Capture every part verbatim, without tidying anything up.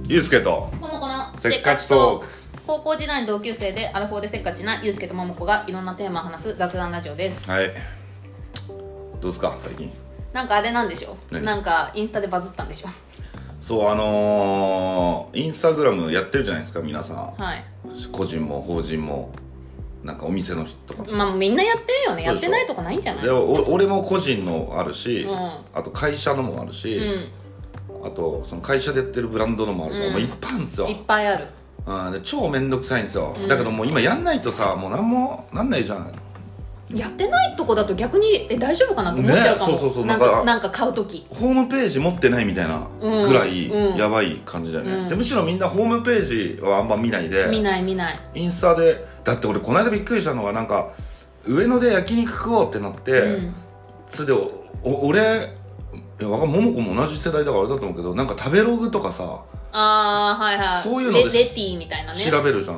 ゆうすけとももこのせっかちトーク。 高校時代の同級生でアラフォーでせっかちなゆうすけとももこがいろんなテーマを話す雑談ラジオです。 はい。どうですか最近。 なんかあれなんでしょ、 何なんかインスタでバズったんでしょ。 そうあのー、インスタグラムやってるじゃないですか皆さん、 はい、 個人も法人もなんかお店の人とか、 まあみんなやってるよね。やってないとこないんじゃない。 でお俺も個人のあるし、 うん、 あと会社のもあるし、 うん、 あとその会社でやってるブランドのもあるから、うん、もういっぱいあるんですよ。 いっぱいある。 あで超めんどくさいんですよ、 うん、 だけどもう今やんないとさもう何もなんないじゃん。 やってないとこだと逆にえ大丈夫かなと思っちゃうかも、ね、 そうそうそう、 なんかなんか買うときホームページ持ってないみたいなぐらいやばい感じだよね、うんうん、でむしろみんなホームページはあんま見ないで見ない見ないインスタで。だって俺この間びっくりしたのがなんか上野で焼肉食おうってなって、うん、それでおお俺いやわかん桃子も同じ世代だからあれだと思うけどなんか食べログとかさあーはいはいそういうのでレ、レティみたいなね調べるじゃん、うん、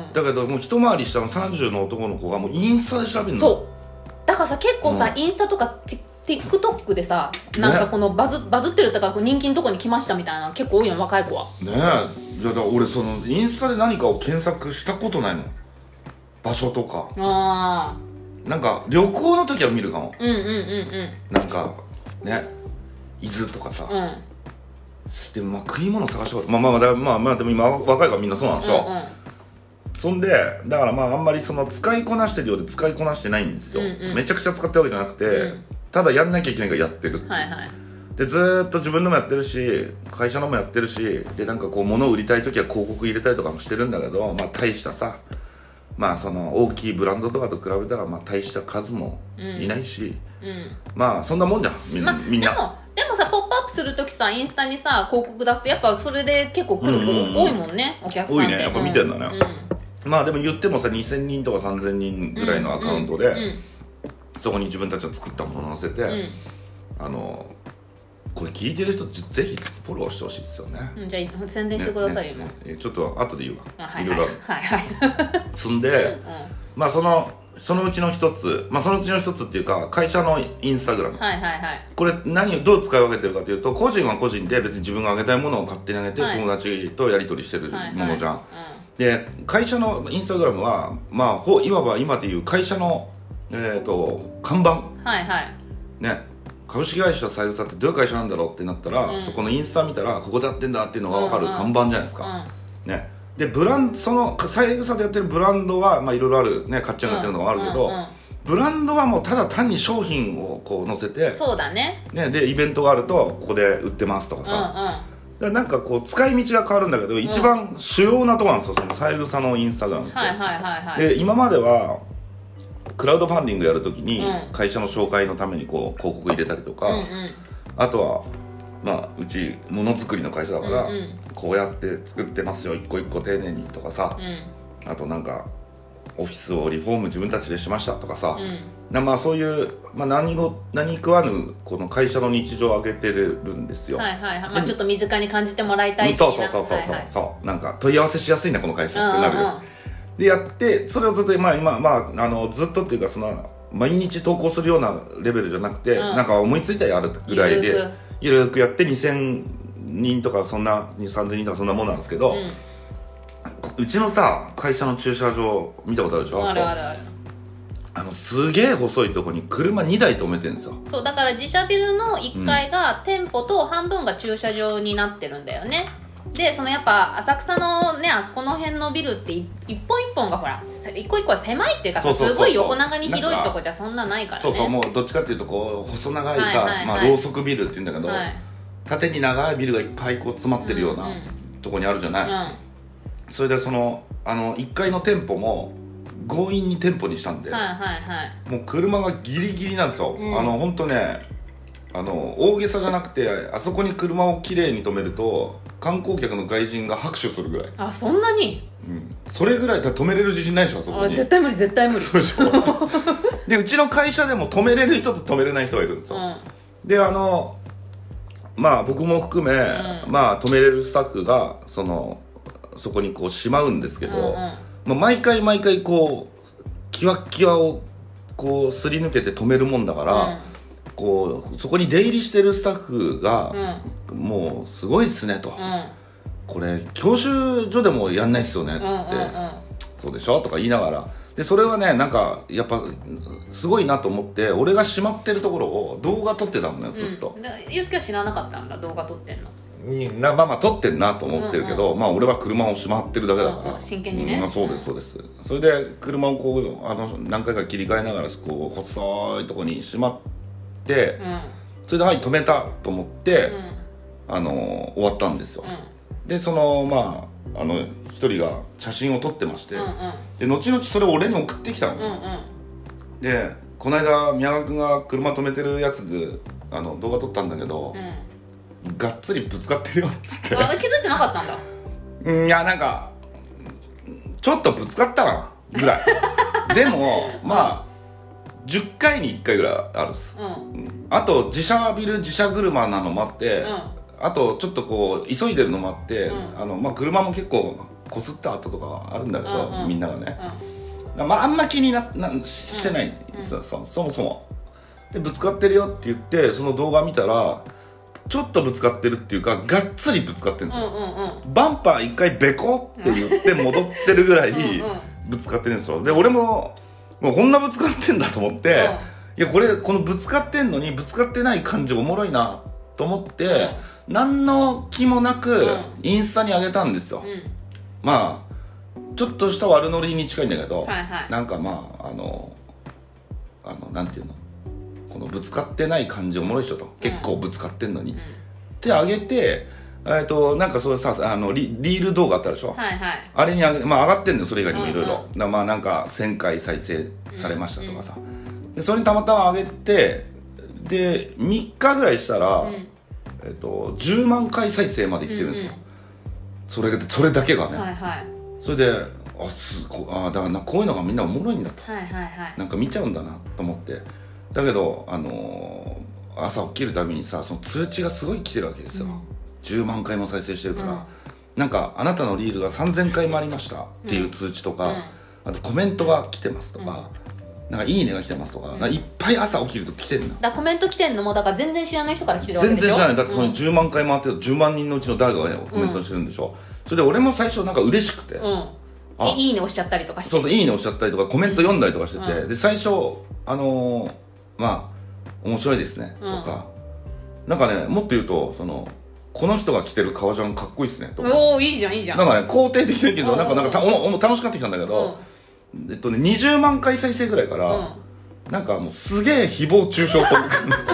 だけどもう一回り下のさんじゅうの男の子がもうインスタで調べるの。 そうだからさ結構さ、うん、インスタとか TikTok でさなんかこのバズ、ね、バズってるとか人気のとこに来ましたみたいな結構多いよ若い子はねえ。いやだから俺そのインスタで何かを検索したことないの場所とか。あなんか旅行の時は見るかも。 うんうんうんうんなんかね伊豆とかさ、うん、でもまあ食い物探したことまあまあまあまあまあでも今若いからみんなそうなんでしょ、うんうん、そんでだからまああんまりその使いこなしてるようで使いこなしてないんですよ、うんうん、めちゃくちゃ使ってるわけじゃなくて、うん、ただやんなきゃいけないからやってるっていう、はいはい、でずーっと自分のもやってるし会社のもやってるしでなんかこう物を売りたい時は広告入れたりとかもしてるんだけどまあ大したさまあその大きいブランドとかと比べたらまあ大した数もいないし、うんうん、まあそんなもんじゃんみんな、まあ、みんな。 でもでもさポップアップするときさインスタにさ広告出すとやっぱそれで結構来る子多いもんね、うんうんうん、お客さんって。 多いねやっぱ見てんだね、うん、まあでも言ってもさにせんにんとかさんぜんにんぐらいのアカウントで、うんうんうん、そこに自分たちが作ったものを載せて、うん、あのこれ聞いてる人ぜひフォローしてほしいですよね、うん、じゃあ宣伝してくださいよ、ねねね、ちょっと後で言うわ、はい、いろいろはいはいそんで、うん、まあそのそのうちの一つまあそのうちの一つっていうか会社のインスタグラム、はいはいはい、これ何をどう使い分けてるかというと個人は個人で別に自分があげたいものを勝手にあげて、はい、友達とやり取りしてるものじゃん、はいはい、で会社のインスタグラムはまあほいわば今でいう会社のえっと看板はいはいね株式会社三枝ってどういう会社なんだろうってなったら、うん、そこのインスタ見たらここでやってんだっていうのが分かる看板じゃないですか、うんうん、ねでブランその三枝でやってるブランドはまあいろいろあるねかっちゃんがやってるのがあるけど、うんうんうん、ブランドはもうただ単に商品をこう載せてそうだねねでイベントがあるとここで売ってますとかさ、うんうん、だからなんかこう使い道が変わるんだけど、うん、一番主要なところなんですよその三枝のインスタグラムって、はいはいはいはい、で今まではクラウドファンディングやるときに会社の紹介のためにこう広告入れたりとか、うんうん、あとはまあうちものづくりの会社だから、うんうん、こうやって作ってますよ一個一個丁寧にとかさ、うん、あとなんかオフィスをリフォーム自分たちでしましたとかさ、うん、なまあそういう、まあ、何ご何食わぬこの会社の日常を上げてるんですよ。 はいはいはい、まあ、ちょっと身近に感じてもらいたい的な。そうそうそうそうそう、はいはい、そうなんか問い合わせしやすいなこの会社ってなるよ、うんうんうんでやってそれをずっとまあ今まああのずっとっていうかその毎日投稿するようなレベルじゃなくて、うん、なんか思いついたらやるぐらいでゆるくやってにせんにんとかそんなにせんさんぜんにんとかそんなもんなんですけど、うん、うちのさ会社の駐車場見たことあるでしょ。 あるあるある。 あのすげえ細いとこに車にだい止めてるんですよ。 そうだから自社ビルのいっかいが店舗と半分が駐車場になってるんだよね。でそのやっぱ浅草のねあそこの辺のビルって一本一本がほら一個一個は狭いっていうかすごい横長に広いとこじゃそんなないからね。 そうそうもうどっちかっていうとこう細長いさ、はいはいはいまあ、ろうそくビルっていうんだけど、はい、縦に長いビルがいっぱいこう詰まってるようなとこにあるじゃない、うんうん、それでそのあのいっかいの店舗も強引に店舗にしたんで、はいはいはい、もう車がギリギリなんですよ、うん、あの本当ねあの大げさじゃなくてあそこに車をきれいに止めると観光客の外人が拍手するぐらい。あそんなに、 うん、それぐらいだ止めれる自信ないでしょそこに。 あ絶対無理絶対無理そうでしょでうちの会社でも止めれる人と止めれない人がいるんですよ、うん、であのまあ僕も含め、うん、まあ止めれるスタッフがそのそこにこうしまうんですけど、うんうんまあ、毎回毎回こうキワッキワをこうすり抜けて止めるもんだから、うんこうそこに出入りしてるスタッフが、うん、もうすごいっすねと、うん、 これ教習所でもやんないっすよねっつって、うんうんうん、そうでしょとか言いながら、でそれはねなんかやっぱすごいなと思って、俺がしまってるところを動画撮ってたのねずっと。 ユースケは知らなかったんだ、動画撮ってんのになまあまあ撮ってんなと思ってるけど、うんうん、まあ俺は車をしまってるだけだから、うんうん、 真剣にね、 うんまあ、そうですそうです、うん、それで車をこうあの何回か切り替えながらこう細いとこにしまって、うん、それではい止めたと思って、うん、あの終わったんですよ、うん、でそのまああの一人が写真を撮ってまして、うんうん、で後々それを俺に送ってきたの、うんうん、でこの間宮川君が車止めてるやつであの動画撮ったんだけど、うん、がっつりぶつかってるよっつって。 あ、気づいてなかったんだ。 うん、いやなんかちょっとぶつかったかなぐらいでもまあじゅっかいにいっかいぐらいあるっす、うん、あと自社ビル自社車なのもあって、うん、あとちょっとこう急いでるのもあって、うん、あのまあ、車も結構こすった跡とかあるんだけど、うんうん、みんながね、うん、まあ、あんま気に な, なしてない、うん、そ, そ, そもそもでぶつかってるよって言ってその動画見たらちょっとぶつかってるっていうかがっつりぶつかってるんですよ、うんうんうん、バンパー一回ベコって言って戻ってるぐらいぶつかってるんですよ。で俺ももうこんなぶつかってんだと思って、うん、いやこれこのぶつかってんのにぶつかってない感じおもろいなと思って、うん、何の気もなくインスタに上げたんですよ、うん、まあちょっとした悪ノリに近いんだけど、はいはい、なんかまああのあのなんていうのこのぶつかってない感じおもろいっしょと、うん、結構ぶつかってんのに、うん、ってあげて、えーとなんかそれさあの リ, リール動画あったでしょ、はいはい、あれにあげまあ上がってんのよそれ以外にもいろいろ、まあなんかせんかい再生されましたとかさ、うん、でそれにたまたま上げてでみっかぐらいしたら、うんえー、とじゅうまんかい再生までいってるんですよ、うんうん、それそれだけがね、はいはい、それであすこあだからなこういうのがみんなおもろいんだと、はいはいはい、なんか見ちゃうんだなと思って、だけど、あのー、朝起きるたびにさその通知がすごい来てるわけですよ、うん、じゅうまんかいも再生してるから、うん、なんかあなたのリールがさんぜんかいもありましたっていう通知とか、うん、あとコメントが来てますとか、うん、なんかいいねが来てますとか、うん、なんかいっぱい朝起きると来てるの。 だコメント来てんのもだから全然知らない人から来てるわけでしょ。 全然知らない。だってそのじゅうまんかい回ってるじゅうまんにんのうちの誰かがコメントしてるんでしょ、うん、それで俺も最初なんか嬉しくて、うん、 あいいね押しちゃったりとかして、 そうそういいね押しちゃったりとかコメント読んだりとかしてて、うん、で最初あのー、まあ面白いですね、うん、とかなんかねもっと言うとそのこの人が着てる革ジャンかっこいいですねとか、 おおいいじゃんいいじゃん、 なんかね肯定的だけどなんかなんかおお楽しくなってきたんだけど、うん、えっとねにじゅうまんかい再生ぐらいから、うん、なんかもうすげえ誹謗中傷っぽく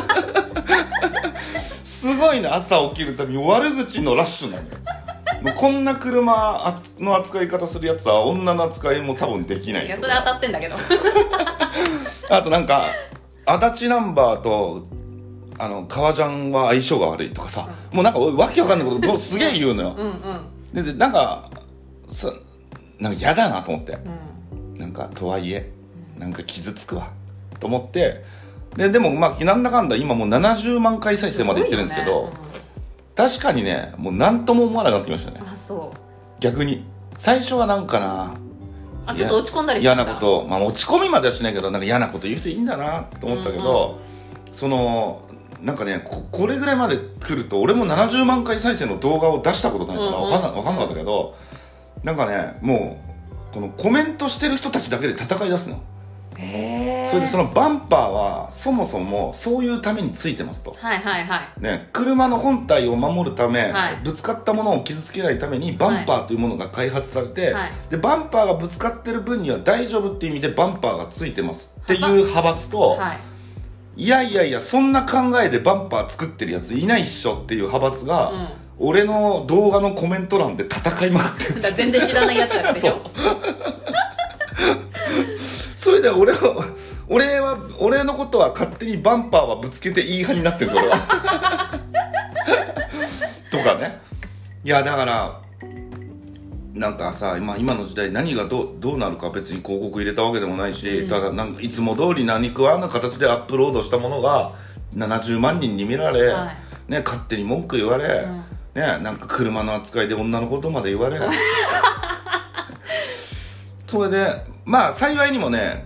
すごいね朝起きるたびに悪口のラッシュなのよもうこんな車の扱い方するやつは女の扱いも多分できない。 いやそれ当たってんだけどあとなんか足立ナンバーとあの革ジャンは相性が悪いとかさ、うん、もうなんかわけわかんないことすげえ言うのようん、うん、でなんかさなんか嫌だなと思って、うん、なんかとはいえなんか傷つくわと思ってででもまあなんだかんだ今もうななじゅうまんかい再生までいってるんですけど、ねうん、確かにねもう何とも思わなくなってきましたね。 あそう逆に最初はなんかなあちょっと落ち込んだりしてた嫌なこと、まあ、落ち込みまではしないけどなんか嫌なこと言う人いいんだなと思ったけど、うんうん、そのなんかね こ, これぐらいまで来ると俺もななじゅうまんかい再生の動画を出したことないから分かんな、うんうん、分かんなかったけどなんかねもうこのコメントしてる人たちだけで戦い出すの。へー。それでそのバンパーはそもそもそういうためについてますと、 はいはいはいね、車の本体を守るため、はい、ぶつかったものを傷つけないためにバンパーというものが開発されて、はい、でバンパーがぶつかってる分には大丈夫っていう意味でバンパーがついてますっていう派閥と、はい、いやいやいやそんな考えでバンパー作ってるやついないっしょっていう派閥が、うん、俺の動画のコメント欄で戦いまくってるんですよ。 全然知らないやつだからでしょそれで俺は俺は俺のことは勝手にバンパーはぶつけていい派になってるそれはとかね。いやだからなんかさ 今, 今の時代何が ど, どうなるか別に広告入れたわけでもないし、うん、ただなんかいつも通り何食わぬ形でアップロードしたものがななじゅうまんにんに見られ、はいね、勝手に文句言われ、うんね、なんか車の扱いで女のことまで言われそれでまあ幸いにもね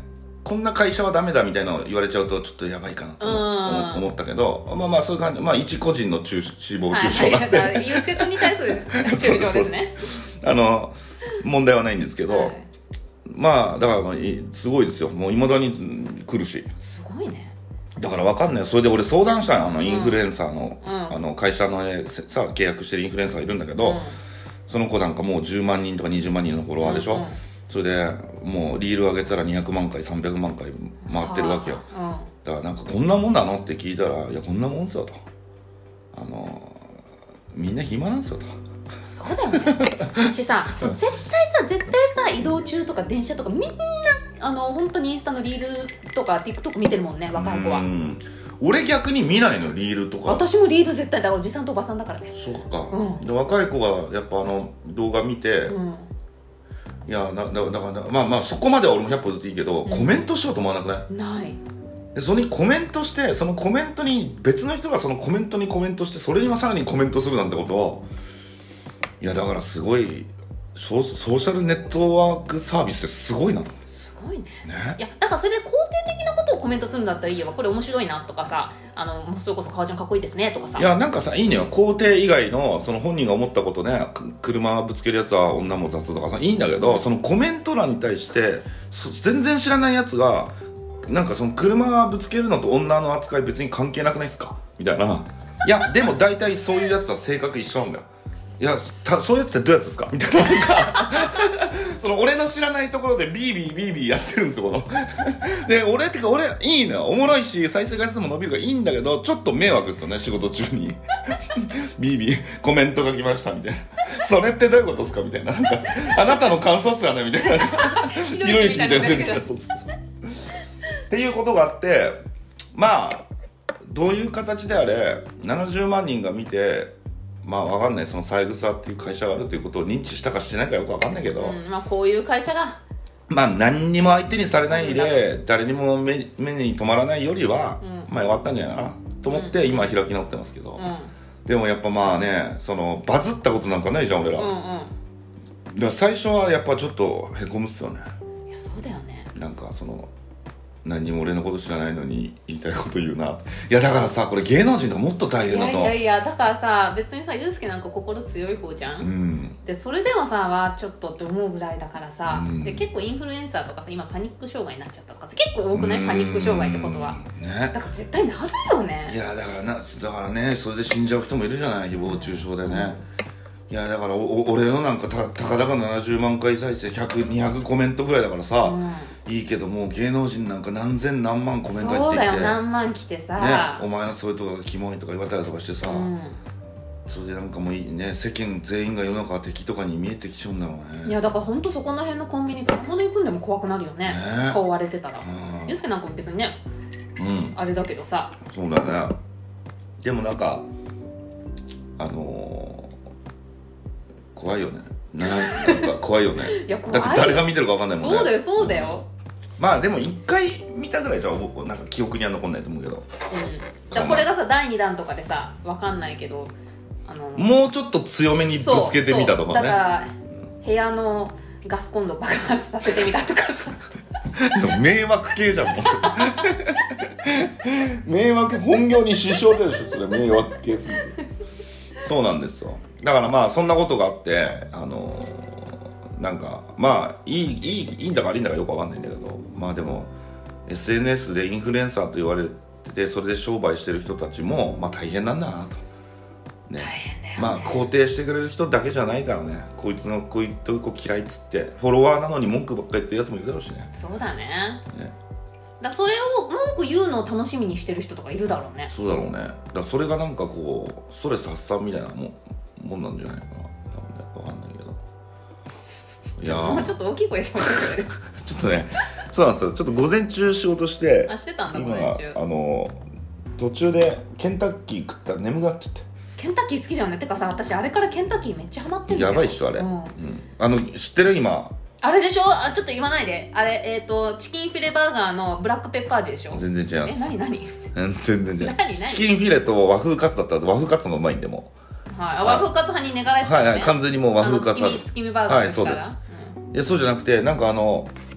こんな会社はダメだみたいなの言われちゃうとちょっとやばいかなと思思ったけど、まあまあそういう感じ、まあ一個人の中誹謗中傷なんで、 はいはい、ゆうすけくんに対する中傷ですね。 あの問題はないんですけど、はい、まあだからすごいですよ。もう未だに来るし。 すごいね。 だから分かんない。それで俺相談したの、あのインフルエンサーの、うん、あの会社のさ契約してるインフルエンサーがいるんだけど、うん、その子なんかもうじゅうまんにんとかにじゅうまんにんのフォロワーでしょ、うんうん、それでもうリール上げたらにひゃくまんかいさんびゃくまんかい回ってるわけよ、うん、だからなんかこんなもんなのって聞いたら、いやこんなもんすよと、あのみんな暇なんすよと。 そうだよね。しさ、もう絶対さ絶対さ移動中とか電車とかみんなあの本当にインスタのリールとか TikTok 見てるもんね、若い子は。うん俺逆に見ないのリールとか。 私もリール絶対だ、おじさんとおばさんだからね。 そうか、うん、で若い子がやっぱあの動画見て、うん、いやだだだからまあまあそこまでは俺もひゃっぽずついいけど、うん、コメントしようと思わなくない？ ない。 でそれにコメントして、そのコメントに別の人がそのコメントにコメントして、それにはさらにコメントするなんてことを、いやだからすごいソー、ソーシャルネットワークサービスってすごいな。 すごいね。 ね、 いやだからそれで肯定的なことをコメントするんだったらいいよ。これ面白いなとかさ、あのそれこそ川ちゃんかっこいいですねとかさ。 いやなんかさいいねよ、肯定以外のその本人が思ったことね、車ぶつけるやつは女も雑とかさいいんだけど、そのコメント欄に対して全然知らないやつがなんかその車ぶつけるのと女の扱い別に関係なくないですかみたいな。いやでも大体そういうやつは性格一緒なんだよ。いやたそういうやつってどういうやつですかみたいな。なんかその俺の知らないところでビービービービーやってるんですよこので俺ってか俺いいのよ、おもろいし再生回数も伸びるからいいんだけど、ちょっと迷惑ですよね仕事中にビービーコメントが来ましたみたいな、それってどういうことですかみたいな、なんかあなたの感想っすよねみたいなひろゆきみたいな出てきた。そうそうそうっていうことがあって、まあどういう形であれななじゅうまんにんが見て、まあわかんない、その三枝っていう会社があるということを認知したかしてないかよくわかんないけど、うん、 まあこういう会社がまあ何にも相手にされないで誰にも 目, 目に留まらないよりは、うん、まあよかったんじゃないかなと思って今開き直ってますけど、うん、でもやっぱまあね、そのバズったことなんかないじゃん俺ら、うんうん、だから最初はやっぱちょっとへこむっすよね。 いやそうだよね。 なんかその何にも俺のこと知らないのに言いたいこと言うな。いやだからさこれ芸能人がもっと大変だと。 いやいやいやだからさ別にさユースケなんか心強い方じゃん、うん、でそれでもさはちょっとって思うぐらいだからさ、うん、で結構インフルエンサーとかさ今パニック障害になっちゃったとかさ結構多くない、パニック障害ってことは、ね、だから絶対なるよね。 いやだからなだからねそれで死んじゃう人もいるじゃない、誹謗中傷でね、うん、いやだからお俺のなんかたたかだかななじゅうまんかい再生ひゃく、にひゃくコメントぐらいだからさ、うんいいけどもう芸能人なんか何千何万コメント入ってきて、 そうだよ何万来てさ、 ね、お前のそういうとこがキモいとか言われたりとかしてさ、うん、それでなんかもういいね、世間全員が世の中は敵とかに見えてきちゃうんだろうね。 いやだからほんとそこの辺のコンビニ買い物行くんでも怖くなるよね、ね顔割れてたら。ユースケなんか別にね、うん、あれだけどさ。 そうだね。でもなんかあのー、怖いよね。ななんか怖いよね。いや怖い。だって誰が見てるか分かんないもんね。 そうだよそうだよ。 まあでも一回見たぐらいじゃなんか記憶には残んないと思うけど、うん、 じゃあこれがさだいにだんとかでさ分かんないけどあのもうちょっと強めにぶつけてみたとかね。 だから部屋のガスコンロ爆発させてみたとかさ迷惑系じゃんもう迷惑本業に支障出るでしょそれ迷惑系する。そうなんですよ。だからまあそんなことがあってあのーなんかまあいいいいいいんだか悪いんだかよくわかんないんだけど、まあでも エスエヌエス でインフルエンサーと言われててそれで商売してる人たちもまあ大変なんだなと、 ね、大変だよね。 まあ肯定してくれる人だけじゃないからね、こいつのこいつの子嫌いっつってフォロワーなのに文句ばっかり言ってるやつもいるだろうしね。 そうだね。ねだそれを文句言うのを楽しみにしてる人とかいるだろうね。 そうだろうね。だからそれがなんかこうストレス発散みたいなもん、もんなんじゃないかな多分ね。わかんないけど。 いやもうちょっと大きい声しましたけどちょっとねそうなんですよ。ちょっと午前中仕事してあしてたんだ。午前中あの途中でケンタッキー食ったら眠くなっちゃって。 ケンタッキー好きだよね。てかさ私あれからケンタッキーめっちゃハマってるんだけど。 やばいっしょあれ、うんうん、あの知ってる今あれでしょあちょっと言わないであれえっ、ー、とチキンフィレバーガーのブラックペッパー味でしょ。 全然違います。 え何何全然違う。 何何チキンフィレと和風カツだったら和風カツのうまいんでもはい、和風カツ派に願われてたね。 はいはい完全にもう和風カツ月見月見バーガーですから。 はいそうです、うん、いやそうじゃなくてなんかあの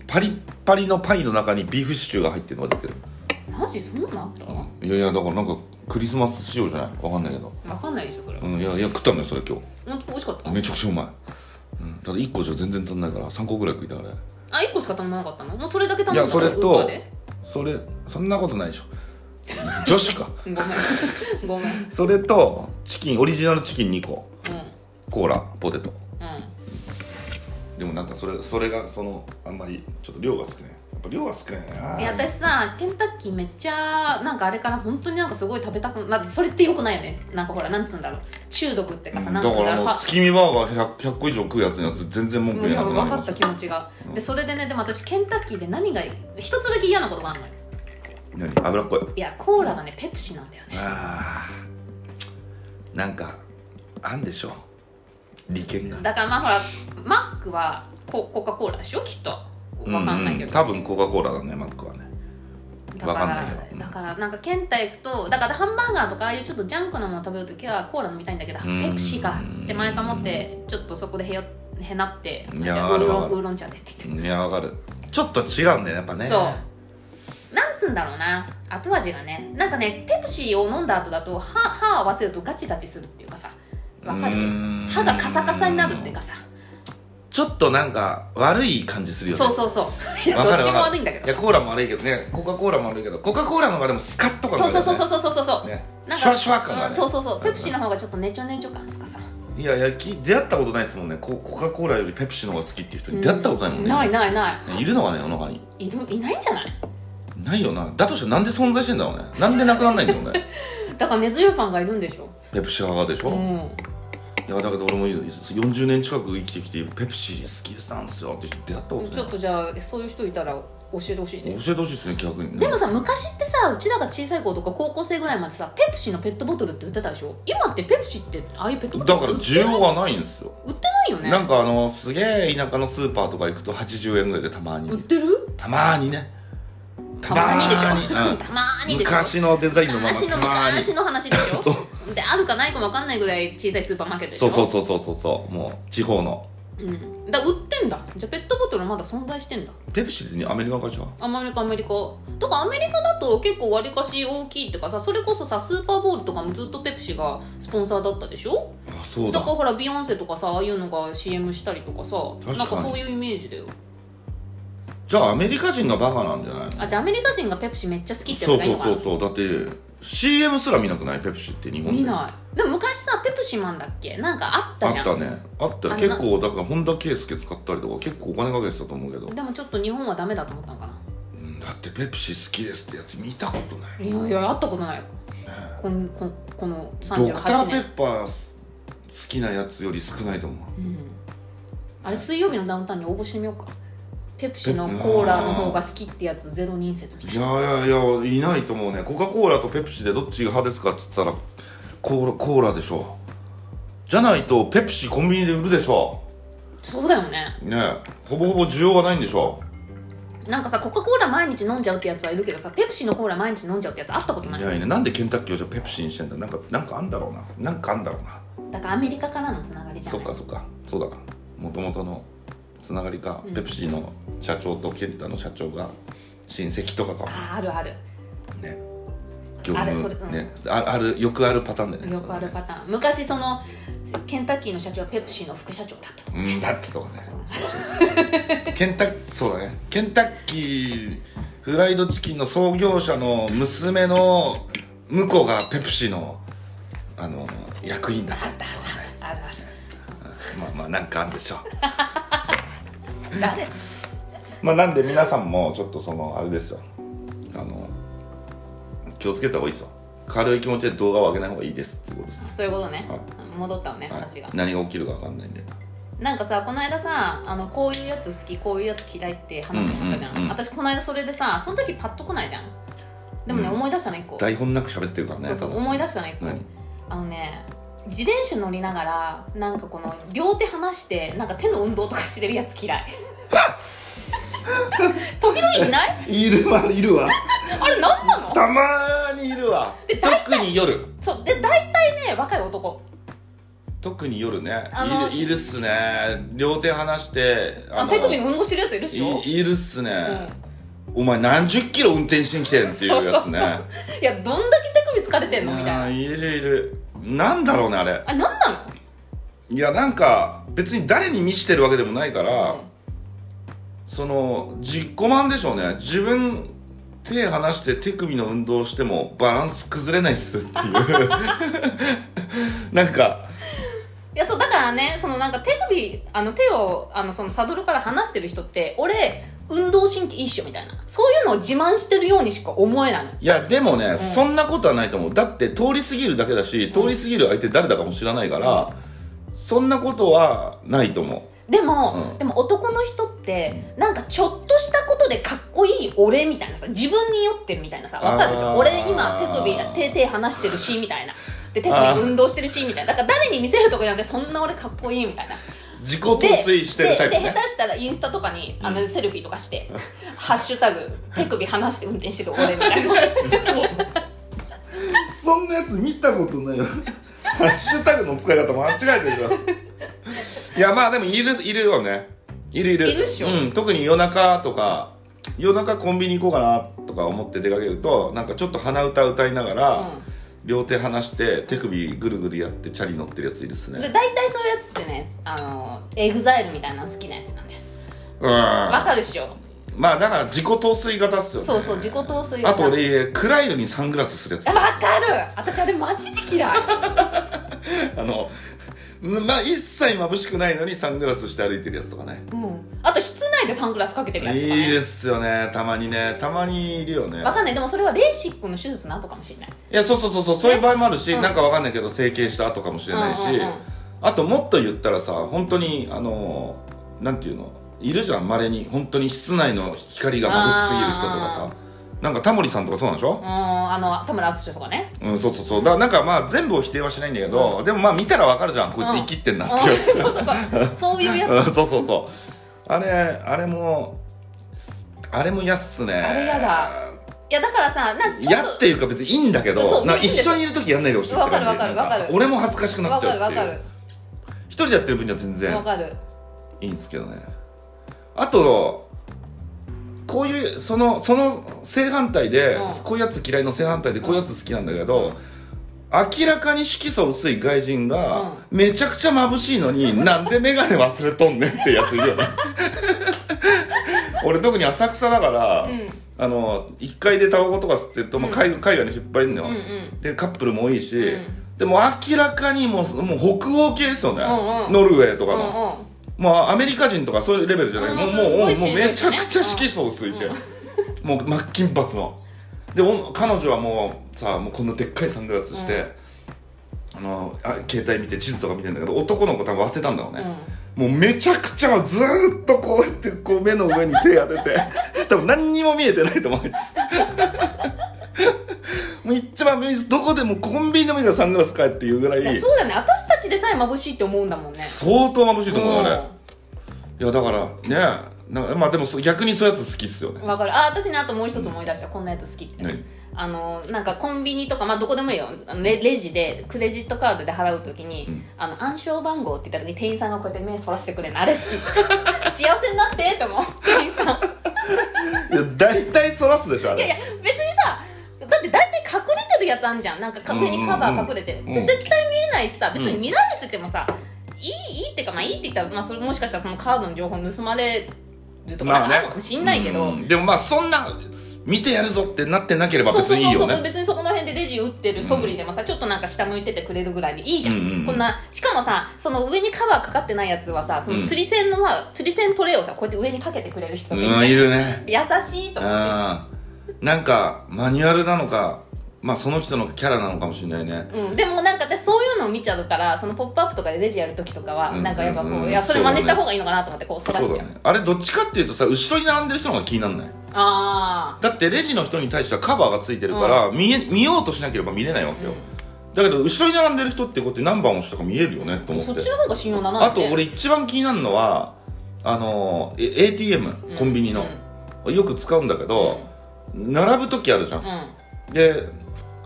パリッパリのパイの中にビーフシチューが入ってるのが出てる。 マジそんなのあった？ いやいやだからなんかクリスマス仕様じゃないわかんないけど。 わかんないでしょそれ。 うんいやいや食ったのよそれ今日。 本当美味しかった？ めちゃくちゃうまい。うん、ただいっこじゃ全然足んないからさんこぐらい食いたからね。 あ、いっこしか頼まなかったの？もうそれだけ頼んだの？ いやそれとウーバーでそれそんなことないでしょ女子かごめんごめん。 それとチキンオリジナルチキンにこ、 うん、 コーラポテト。 うん、 でもなんかそれそれがそのあんまりちょっと量が少ない。やっぱ量が少ないな。 いや私さケンタッキーめっちゃなんかあれから本当になんかすごい食べたくなって、それってよくないよね。なんかほらなんつうんだろう、中毒ってかさ、 うん、 なんつうんだろう、 だからあの月見バーガー ひゃく, ひゃっこ以上食うやつのやつ全然文句言えなくなりました。 分かった気持ちが、うん、でそれでね、でも私ケンタッキーで何が一つだけ嫌なことがあるのよ。 何？脂っこい。 いやコーラがねペプシなんだよね。 あーなんかあんでしょ利権が。 だからまあほらマックは コ, コカ・コーラでしょきっと。分かんないけど、うんうん、 多分コカ・コーラだねマックはね。 だから分かんないけど、うん、 だからなんかケンタ行くとだからハンバーガーとかああいうちょっとジャンクなもの食べるときはコーラ飲みたいんだけど、ペプシかって前から思ってちょっとそこでへよへなって、 いやじゃあウーロンウーロン茶でって言って。 いやわかる。ちょっと違うんだよやっぱね。 そうなんつうんだろうな、後味がね、なんかねペプシを飲んだ後だと 歯, 歯合わせるとガチガチするっていうかさ、わかる？歯がカサカサになるっていうかさ、 ちょっとなんか悪い感じするよね。 そうそうそういやどっちも悪いんだけど、 いやコーラも悪いけどね、コカ・コーラも悪いけど、コカ・コーラの方がでもスカッと感があるよね。 そうそうそうそうそうそう、 ね、 なんかシュワシュワ感がね、 うん、そうそうそう、ペプシの方がちょっとネチョネチョ感ですかさ。 いやいやき出会ったことないですもんね。 コ, コカ・コーラよりペプシの方が好きっていう人に出会ったことないもんね、 うん、ないないない、 いるのかね世の中に。 いるいないんじゃない？ ないよな。だとしたらなんで存在してんだろうね。なんでなくならないんだろうねだから根強いファンがいるんでしょペプシ派がでしょ、うん、いやだけど俺もよんじゅうねん近く生きてきてペプシ好きなんすよって人出会ったことない。 ちょっとじゃあそういう人いたら教えてほしいね。 教えてほしいですね逆にね。 でもさ昔ってさ、うちらが小さい子とか高校生ぐらいまでさペプシのペットボトルって売ってたでしょ。今ってペプシってああいうペットボトルだから需要がないんですよ。 売ってないよね。 なんかあのすげえ田舎のスーパーとか行くとはちじゅうえんぐらいでたまに売ってる。 たまにねたまにでしょ、 うん、 たまにでしょ。 昔のデザインのまま昔の昔の話でしょそうであるかないかも分かんないぐらい小さいスーパーマーケットでしょ。 そうそうそうそうそうもう地方の、 うん、だから売ってんだ。じゃあペットボトルまだ存在してんだ。 ペプシってアメリカ会社？ アメリカアメリカだからアメリカだと結構わりかし大きいってかさ、それこそさスーパーボールとかもずっとペプシがスポンサーだったでしょ。 あそうだ。 だからほらビヨンセとかさああいうのが シーエム したりとかさ、なんかそういうイメージだよ。 じゃあアメリカ人がバカなんじゃないの？ あ、じゃあアメリカ人がペプシめっちゃ好きってやつがいいのかな。 そうそうそうそう。だって シーエム すら見なくない？ペプシって日本で。 見ない。でも昔さペプシマンだっけなんかあったじゃん。 あったね。あったよ。結構だから本田圭佑使ったりとか結構お金かけてたと思うけど。 でもちょっと日本はダメだと思ったのかな。 うん、だってペプシ好きですってやつ見たことない。 いやいや会ったことないよ、ね、このここのさんじゅうはちねん。 ドクターペッパー好きなやつより少ないと思う、 うん、あれ水曜日のダウンタウンに応募してみようか。ペプシのコーラの方が好きってやつゼロ人説みたいな。 いやいやいやいないと思うね。コカ・コーラとペプシでどっちが派ですかっつったらコーラ、コーラでしょ。じゃないとペプシコンビニで売るでしょ。 そうだよね。 ねえほぼほぼ需要がないんでしょ。 なんかさコカ・コーラ毎日飲んじゃうってやつはいるけどさ、ペプシのコーラ毎日飲んじゃうってやつ会ったことない。 いやいやなんでケンタッキーをじゃペプシにしてんだ。なんかなんかあんだろうな。なんかあんだろうな。 だからアメリカからのつながりじゃない。 そっかそっかそうだな。もともとのつながりか、うん、ペプシの社長とケンタの社長が親戚とかかも。 ああるあるね業務あれそれ、うん、 ねああるよくあるパターンだよね。 よくあるパターン、ね、昔そのケンタッキーの社長はペプシの副社長だったとか、 うんだったとかねそうそうそうケンタそうだねケンタッキーフライドチキンの創業者の娘の婿がペプシのあの役員だったとかね。 あるあるまあまあなんかあるんでしょう誰まあなんで皆さんもちょっとそのあれですよ、あの気をつけた方がいいですよ。軽い気持ちで動画を上げない方がいいですっていうことです。 そういうことね、 はい、 戻ったのね、 はい、 話が。 何が起きるか分かんないんで。 なんかさこの間さあのこういうやつ好きこういうやつ嫌いって話してたじゃん、うんうんうん、私この間それでさその時パッと来ないじゃん。でもね、うん、思い出したの一個。 台本なく喋ってるからね。 そうそう思い出したの一個。あのね自転車乗りながらなんかこの両手離してなんか手の運動とかしてるやつ嫌い時々いないいるわいるわあれ何なの。 たまーにいるわ。で特に夜そうで大体ね若い男特に夜ねあのいるいるっすね。両手離してあ手首の運動してるやついるでしょ。 いいるっすね、うん、お前何十キロ運転してきてんっていうやつね。 そうそうそういやどんだけ手首疲れてんのみたいな。 いるいる。なんだろうねあれ。 あ、なんなの。 いやなんか別に誰に見してるわけでもないから、うん、その実己満でしょうね。自分手離して手首の運動してもバランス崩れないっすっていうなんかいやそうだからね、そのなんか手首あの手をあのそのサドルから離してる人って俺運動神経いいっしょみたいな、そういうのを自慢してるようにしか思えないの。 いやでもね、うん、そんなことはないと思う。だって通り過ぎるだけだし、通り過ぎる相手誰だかも知らないから、うん、そんなことはないと思う。 でも、うん、でも男の人ってなんかちょっとしたことでかっこいい俺みたいなさ、自分に酔ってるみたいなさ、わかるでしょ。俺今手首手手離してるしみたいな、で手首運動してるしみたいな、だから誰に見せるとかじゃなくてそんな俺かっこいいみたいな、 自己陶酔してるタイプね。 で、で下手したらインスタとかにあのセルフィーとかして「ハッシュタグ手首離して運転してる俺」みたいなそんなやつ見たことないよハッシュタグの使い方間違えてるよいやまあでもいるいるよね。いるいるいるっしょ、 うん、特に夜中とか夜中コンビニ行こうかなとか思って出かけるとなんかちょっと鼻歌歌いながら、うん、両手離して手首ぐるぐるやってチャリ乗ってるやついるっすね。 で大体そういうやつってね、あのエグザイルみたいなの好きなやつなんだよ。 うんわかるっしょ。 まあだから自己陶酔型っすよね。 そうそう自己陶酔型。 あと俺暗いのにサングラスするやつ。 わかる。私あれマジで嫌いあのまあ一切眩しくないのにサングラスして歩いてるやつとかね、 うん、あと室内でサングラスかけてるやつとかね。 いいですよね。たまにねたまにいるよね。 わかんない。でもそれはレーシックの手術の後かもしれない。 いやそうそうそうそう、そういう場合もあるし、うん、なんかわかんないけど整形した後かもしれないし、うんうんうん、あともっと言ったらさ本当にあのなんていうのいるじゃん、稀に本当に室内の光が眩しすぎる人とかさ、なんかタモリさんとかそうなんでしょ。うん、 あの田村淳とかね。 うん、そうそうそう。だからなんかまあ全部を否定はしないんだけど、うん、でもまあ見たらわかるじゃん、こいつ生きってんなってやつ、うん、そうそうそうそういうやつそうそうそうあれあれもあれも嫌っすね。 あれ嫌だ。いやだからさ、なんかちょっと嫌っていうか別にいいんだけど、なんか一緒にいる時やんないでほしいって。 わかるわかるわかる。 俺も恥ずかしくなっちゃうっていう。 わかるわかる。 一人でやってる分には全然わかるいいんですけどね。あとこういうそのその正反対で、うん、こういうやつ嫌いの正反対でこういうやつ好きなんだけど、うん、明らかに色素薄い外人が、うん、めちゃくちゃ眩しいのになんで眼鏡忘れとんねんってやついるよね俺特に浅草だから、うん、あのいっかいでタバコとか吸ってると、うん、まあ、海, 海外に失敗いるのよ、うんうん、でカップルも多いし、うん、でも明らかにもう、もう北欧系ですよね、うんうん、ノルウェーとかの、うんうん、まあアメリカ人とかそういうレベルじゃない、うん、もうもうもうめちゃくちゃ色素薄いけ、うん、もう真っ金髪ので彼女はもうさもうこんなでっかいサングラスして、うん、あのあ携帯見て地図とか見てんだけど男の子多分忘れたんだろうね、うん、もうめちゃくちゃずーっとこうやってこう目の上に手当てて多分何にも見えてないと思うあいつもう一番どこでもコンビニでもいいからサングラス買えっていうぐらい。いやそうだよね、私たちでさえ眩しいって思うんだもんね。 相当眩しいと思うよ、うん、あれ。いやだからね、なんかまあでも逆にそういうやつ好きっすよね。 わかる。あ、私ねあともう一つ思い出した、うん、こんなやつ好きってやつ、あのなんかコンビニとかまあどこでもいいよ、レ, レジでクレジットカードで払うときに、うん、あの暗証番号って言った時に店員さんがこうやって目そらしてくれるのあれ好き幸せになってって思う店員さんいや大体そらすでしょあれ。 いやいや別にさだって大体隠れてるやつあんじゃん、なんか上にカバー隠れてる、うんうんうん、で絶対見えないしさ、別に見られててもさ、うん、いいいいっていうかまあいいって言ったら、まあ、それもしかしたらそのカードの情報盗まれるとかなんかあるのかもしんないけど、まあね、 うん、でもまあそんな見てやるぞってなってなければ別にいいよね。そうそうそう、別にそこの辺でレジ打ってる素振りでもさ、うん、ちょっとなんか下向いててくれるぐらいでいいじゃん、うんうん、こんなしかもさその上にカバーかかってないやつはさその釣り線のさ、うん、釣り線トレイをさこうやって上にかけてくれる人がいるじゃん、うん、いるね。優しいと思って、 なんかマニュアルなのかまあその人のキャラなのかもしれないね、 うん、でもなんか私そういうのを見ちゃうからそのポップアップとかでレジやるときとかは、うん、なんかやっぱこう、うんうん、いやそれ真似した方がいいのかなと思ってこうそらしちゃう。そうだね、あれどっちかっていうとさ後ろに並んでる人の方が気にならない？ あだってレジの人に対してはカバーがついてるから、うん、見え見ようとしなければ見れないわけよ、うん、だけど後ろに並んでる人ってこうやって何番押したか見えるよねと思って、 そっちの方が信用だなって。 あと俺一番気になるのはあの エーティーエム、うん、コンビニの、うん、よく使うんだけど、うん、並ぶ時あるじゃん、うん、で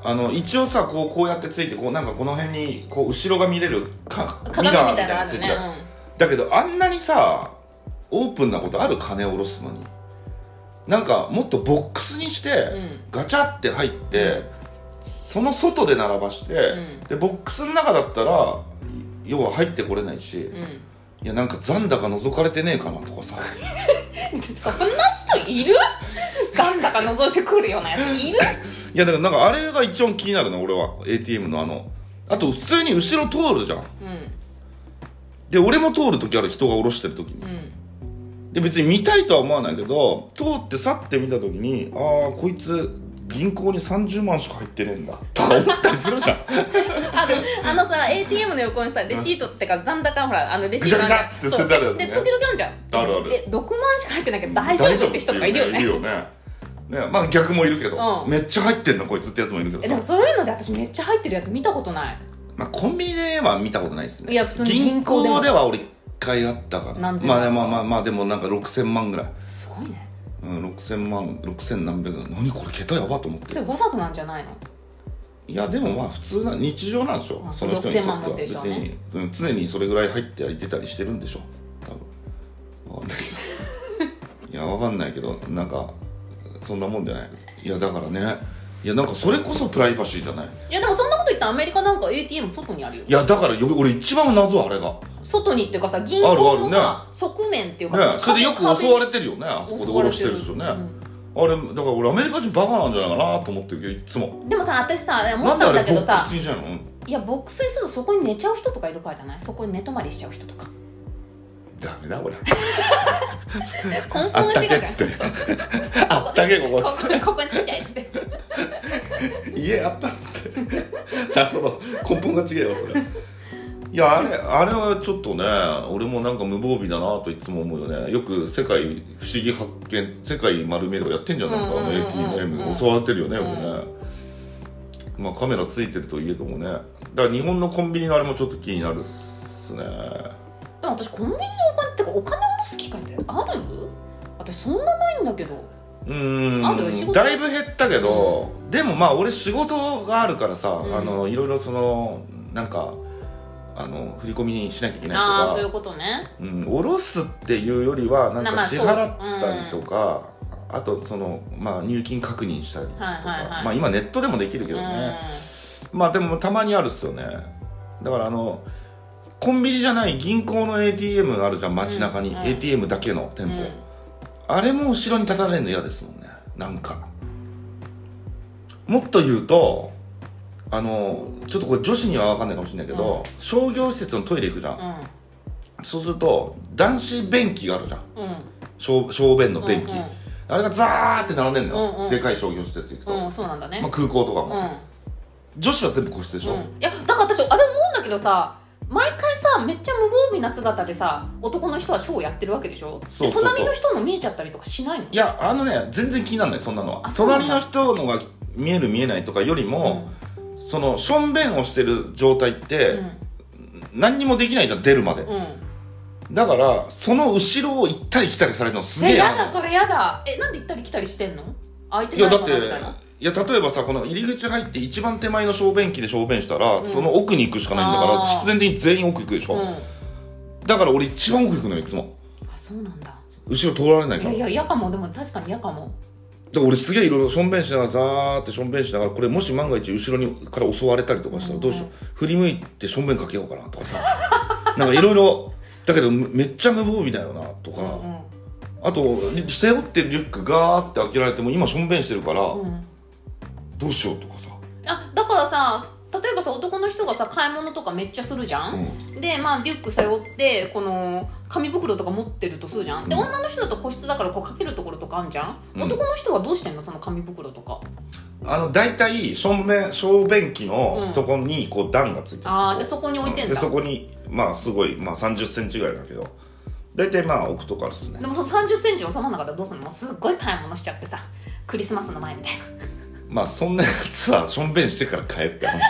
あの一応さこうこうやってついてこうなんかこの辺にこう後ろが見れるか鏡みたいなのあるね、うん、 だけどあんなにさオープンなことある？金を下ろすのになんかもっとボックスにして、うん、ガチャって入って、うん、その外で並ばして、うん、でボックスの中だったら要は入ってこれないし、うん、いやなんか残高覗かれてねえかなとかさそんな人いる？残高覗いてくるようなやついる？ いやだからなんかあれが一番気になるな俺は エーティーエム のあのあと普通に後ろ通るじゃん、うん、で俺も通るときある人が下ろしてるときに、うん、で別に見たいとは思わないけど通って去って見たときにああこいつ銀行にさんじゅうまんしか入ってねえんだとか思ったりするじゃんあのあのさ エーティーエム の横にさレシートってか残高ほらあのレシートぐしゃぐしゃって捨ててあるやつねで時々あるじゃんあるあるえろくまんしか入ってないけど大丈夫って人とかいるよねいるよねね、まあ逆もいるけど、うん、めっちゃ入ってんのこいつってやつもいるけどさでもそういうので私めっちゃ入ってるやつ見たことない。 まあコンビニでは見たことないですね。 いや普通に銀行でも銀行では俺いっかいあったからまあねまあまあまあでもなんかろくせんまんぐらいすごいねうんろくせんまんろくせん何百何これ桁やばと思ってそれわざとなんじゃないの？ いやでもまあ普通な日常なんでしょ、まあ、その人にとっては別に、うん、常にそれぐらい入ってやりてたりしてるんでしょ多分わかんないけどいやわかんないけどなんかそんなもんじゃない。いやだからねいやなんかそれこそプライバシーじゃない。 いやでもそんなこと言ったらアメリカなんか エーティーエム 外にあるよ。 いやだからよ俺一番謎はあれが外にっていうかさ銀行のさ、ね、側面っていうかさ、 ね、それでよく襲われてるよねあそこで下ろしてるんですよね、うん、あれだから俺アメリカ人バカなんじゃないかなと思ってるけどいつも。でもさ私さあれ思ったんだけどさなんであれボックスにしないの？ いやボックスにするとそこに寝ちゃう人とかいるからじゃない？そこに寝泊まりしちゃう人とかダメだ俺根本が違うからあったけここっつってここに住んじゃえっつって家あったっつってなるほど根本が違うよそれ。いやあれあれはちょっとね俺もなんか無防備だなといつも思うよね。よく世界不思議発見世界丸見えとかやってんじゃんなんかあの エーティーエム 襲われてるよねよくね。まあカメラついてるといえどもねだから日本のコンビニのあれもちょっと気になるっすね。 でも私コンビニのお金ってかお金を下ろす機会ってある？私そんなないんだけど。 うーんある仕事だいぶ減ったけど、うん、でもまあ俺仕事があるからさ、うん、あのいろいろそのなんかあの振り込みにしなきゃいけないとかあそういうことね、 うん、下ろすっていうよりはなんか支払ったりとか、うん、あとその、まあ、入金確認したりとか、はいはいはい、まあ今ネットでもできるけどね、うん、まあでもたまにあるっすよね。だからあのコンビニじゃない銀行の エーティーエム あるじゃん街中に、うんうん、エーティーエム だけの店舗、うん、あれも後ろに立たれるの嫌ですもんね。なんかもっと言うとあのちょっとこれ女子には分かんないかもしれないけど、うん、商業施設のトイレ行くじゃん、うん、そうすると男子便器があるじゃん、うん、小, 小便の便器、うんうん、あれがザーって並んでんだよ、うんうん、でかい商業施設行くと、うん、そうなんだね、まあ、空港とかも、うん、女子は全部個室でしょ、うん、いやだから私あれ思うんだけどさ毎回さめっちゃ無防備な姿でさ男の人はショーをやってるわけでしょ。そうそうそうで隣の人の見えちゃったりとかしないの？ いやあのね全然気にならないそんなのは。隣の人のが見える見えないとかよりも、うん、そのしょんべんをしてる状態って、うん、何にもできないじゃん出るまで、うん、だからその後ろを行ったり来たりされるのすげえやだそれやだ。えなんで行ったり来たりしてんの？相手ないかなみたいな。いやだっていや例えばさこの入り口入って一番手前の小便器で小便したら、うん、その奥に行くしかないんだから必然的に全員奥行くでしょ、うん、だから俺一番奥行くのよいつも。 あそうなんだ。 後ろ通られないから。 いやいや嫌かも。でも確かに嫌かも。 だから俺すげえいろいろしょんべんしながらザーってしょんべんしながらこれもし万が一後ろにから襲われたりとかしたらどうしよう、うんうん、振り向いてしょんべんかけようかなとかさなんかいろいろだけどめっちゃ無防備だよなとか、うんうん、あと背負ってるリュックガーって開けられても今しょんべんしてるから、うんどうしようとかさ。 あだからさ例えばさ男の人がさ買い物とかめっちゃするじゃん、うん、でまあリュック背負ってこの紙袋とか持ってるとするじゃん、うん、で女の人だと個室だからこうかけるところとかあるじゃん、うん、男の人はどうしてんのその紙袋とか。 あの大体小便小便器のとこにこう段がついてるんですよ、うん、 ああじゃあそこに置いてんだ、 うん、でそこにまあすごい、まあ、さんじゅっセンチぐらいだけど大体まあ置くとこあるっすね。 でもそのさんじゅっセンチに収まらなかったらどうするの？もうすっごい買い物しちゃってさクリスマスの前みたいなまあそんなやつはしょんべんしてから帰って話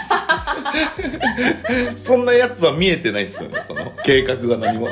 ですそんなやつは見えてないっすよねその計画が何も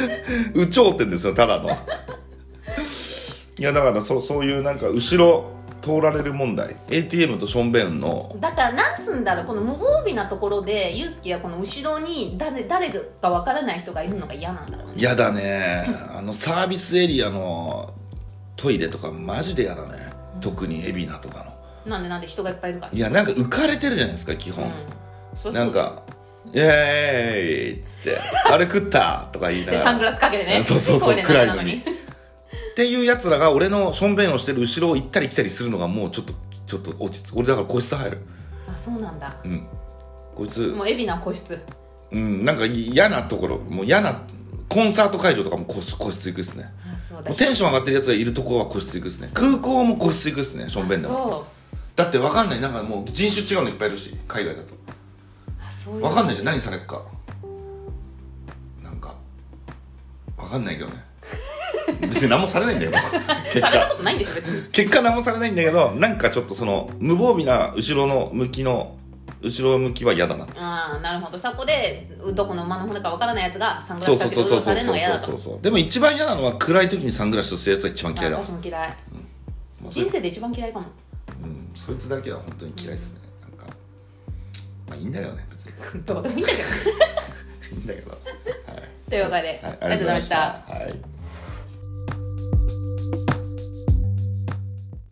有頂天ですよただの。いやだからそ う, そういうなんか後ろ通られる問題 エーティーエム とションベンのだからなんつうんだろう、この無防備なところでユースケはこの後ろに誰誰かわからない人がいるのが嫌なんだろうね。 嫌だねあのサービスエリアのトイレとかマジで嫌だね、うん、特に海老名とかの。 なんでなんで人がいっぱいいるから。 いやなんか浮かれてるじゃないですか基本、うん、そうそうなんかイエーイっつってあれ食ったとか言いながらでサングラスかけてねそうそうそう暗いのにっていうやつらが俺のしょんべんをしてる後ろを行ったり来たりするのがもうちょっとちょっと落ち着く。俺だから個室入る。 あ、そうなんだ。 うん個室もう海老名個室。 うんなんか嫌なところもう嫌なコンサート会場とかも個室個室行くっすね。 あ、そうだ。 テンション上がってるやつがいるところは個室行くっすね。空港も個室行くっすねしょんべんでも。 そうだって分かんないなんかもう人種違うのいっぱいいるし海外だと。 あ、そういう分かんないじゃん何されっか。なんか分かんないけどね別に何もされないんだよ結果されたことないんでしょ別に。 結果何もされないんだけどなんかちょっとその無防備な後ろの向きの後ろ向きは嫌だな。 ああなるほど。そこでどこの馬の骨かわからないやつがサングラスかけてうろされるのが嫌だと。 そうそうそうそう。でも一番嫌なのは暗い時にサングラスしてるやつが一番嫌いだ。 私も嫌い、うん、人生で一番嫌いかも。うんそいつだけは本当に嫌いですね、うん、なんかまあいいんだよね別にどうでもいいんだけどいいんだけど、はい、 というわけで、はい、ありがとうございました、はい。